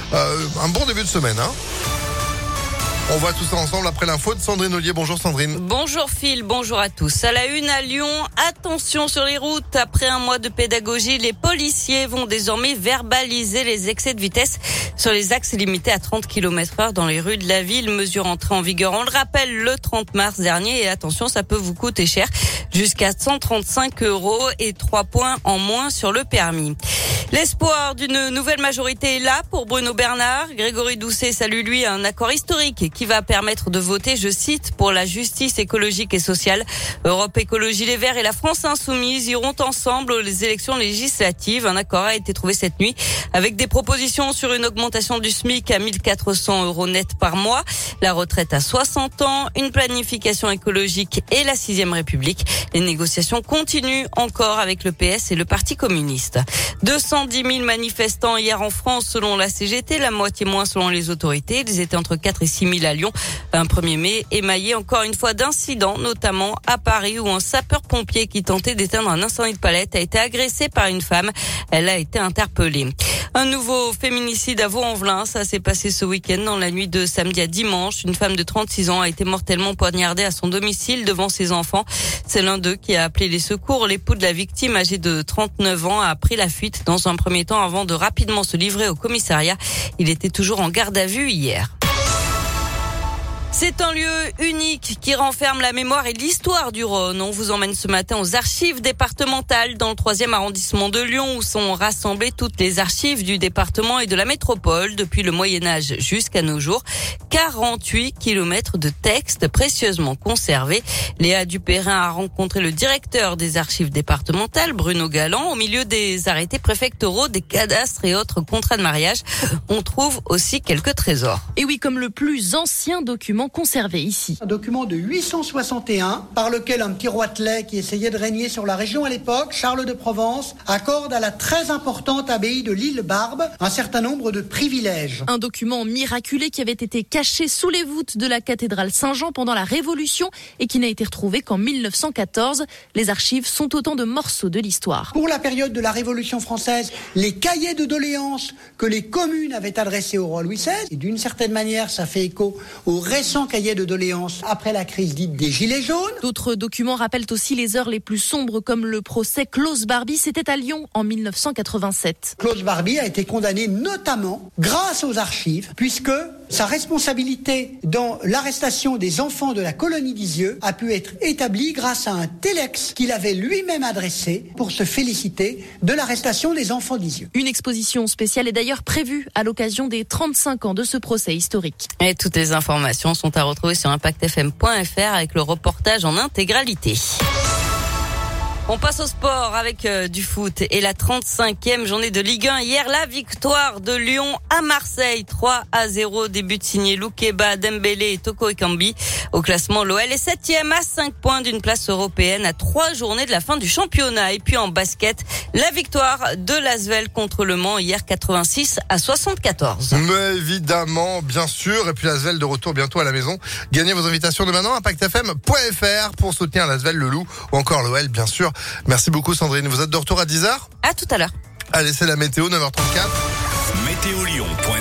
un bon début de semaine. On voit tout ça ensemble après l'info de Sandrine Ollier. Bonjour Sandrine. Bonjour Phil, bonjour à tous. À la une à Lyon, attention sur les routes. Après un mois de pédagogie, les policiers vont désormais verbaliser les excès de vitesse sur les axes limités à 30 km/h dans les rues de la ville. Mesure entrée en vigueur, on le rappelle, le 30 mars dernier. Et attention, ça peut vous coûter cher. Jusqu'à 135 € et 3 points en moins sur le permis. L'espoir d'une nouvelle majorité est là pour Bruno Bernard. Grégory Doucet salue lui un accord historique qui va permettre de voter, je cite, pour la justice écologique et sociale. Europe Écologie Les Verts et la France Insoumise iront ensemble aux élections législatives. Un accord a été trouvé cette nuit avec des propositions sur une augmentation du SMIC à 1 400 € net par mois, la retraite à 60 ans, une planification écologique et la 6e République. Les négociations continuent encore avec le PS et le Parti communiste. 210 000 manifestants hier en France selon la CGT, la moitié moins selon les autorités. Ils étaient entre 4 et 6 000 à Lyon. Un 1er mai émaillé encore une fois d'incidents, notamment à Paris où un sapeur-pompier qui tentait d'éteindre un incendie de palette a été agressé par une femme. Elle a été interpellée. Un nouveau féminicide à Vaux-en-Velin, ça s'est passé ce week-end dans la nuit de samedi à dimanche. Une femme de 36 ans a été mortellement poignardée à son domicile devant ses enfants. C'est l'un d'eux qui a appelé les secours. L'époux de la victime, âgé de 39 ans, a pris la fuite dans un premier temps avant de rapidement se livrer au commissariat. Il était toujours en garde à vue hier. C'est un lieu unique qui renferme la mémoire et l'histoire du Rhône. On vous emmène ce matin aux archives départementales dans le 3e arrondissement de Lyon où sont rassemblées toutes les archives du département et de la métropole depuis le Moyen-Âge jusqu'à nos jours. 48 kilomètres de textes précieusement conservés. Léa Dupérin a rencontré le directeur des archives départementales, Bruno Galland. Au milieu des arrêtés préfectoraux, des cadastres et autres contrats de mariage, on trouve aussi quelques trésors. Et oui, comme le plus ancien document conservé ici. Un document de 861 par lequel un petit roitelet qui essayait de régner sur la région à l'époque, Charles de Provence, accorde à la très importante abbaye de l'Île-Barbe un certain nombre de privilèges. Un document miraculé qui avait été caché sous les voûtes de la cathédrale Saint-Jean pendant la Révolution et qui n'a été retrouvé qu'en 1914. Les archives sont autant de morceaux de l'histoire. Pour la période de la Révolution française, les cahiers de doléances que les communes avaient adressés au roi Louis XVI, et d'une certaine manière ça fait écho au récent cahier de doléances après la crise dite des Gilets jaunes. D'autres documents rappellent aussi les heures les plus sombres comme le procès Klaus Barbie. C'était à Lyon en 1987. Klaus Barbie a été condamné notamment grâce aux archives puisque sa responsabilité dans l'arrestation des enfants de la colonie d'Isieux a pu être établie grâce à un téléx qu'il avait lui-même adressé pour se féliciter de l'arrestation des enfants d'Isieux. Une exposition spéciale est d'ailleurs prévue à l'occasion des 35 ans de ce procès historique. Et toutes les informations sont à retrouver sur impactfm.fr avec le reportage en intégralité. On passe au sport avec du foot et la 35e journée de Ligue 1. Hier, la victoire de Lyon à Marseille, 3-0. Début signé Loukeba, Dembélé et Toko Ekambi. Au classement, l'OL est 7e à 5 points d'une place européenne à 3 journées de la fin du championnat. Et puis en basket, la victoire de l'Asvel contre Le Mans hier 86-74. Mais évidemment, bien sûr. Et puis l'Asvel de retour bientôt à la maison. Gagnez vos invitations de maintenant à impactfm.fr pour soutenir l'Asvel, le Loup ou encore l'OL, bien sûr. Merci beaucoup Sandrine. Vous êtes de retour à 10h ? À tout à l'heure. Allez, c'est la météo, 9h34. Météo Lyon.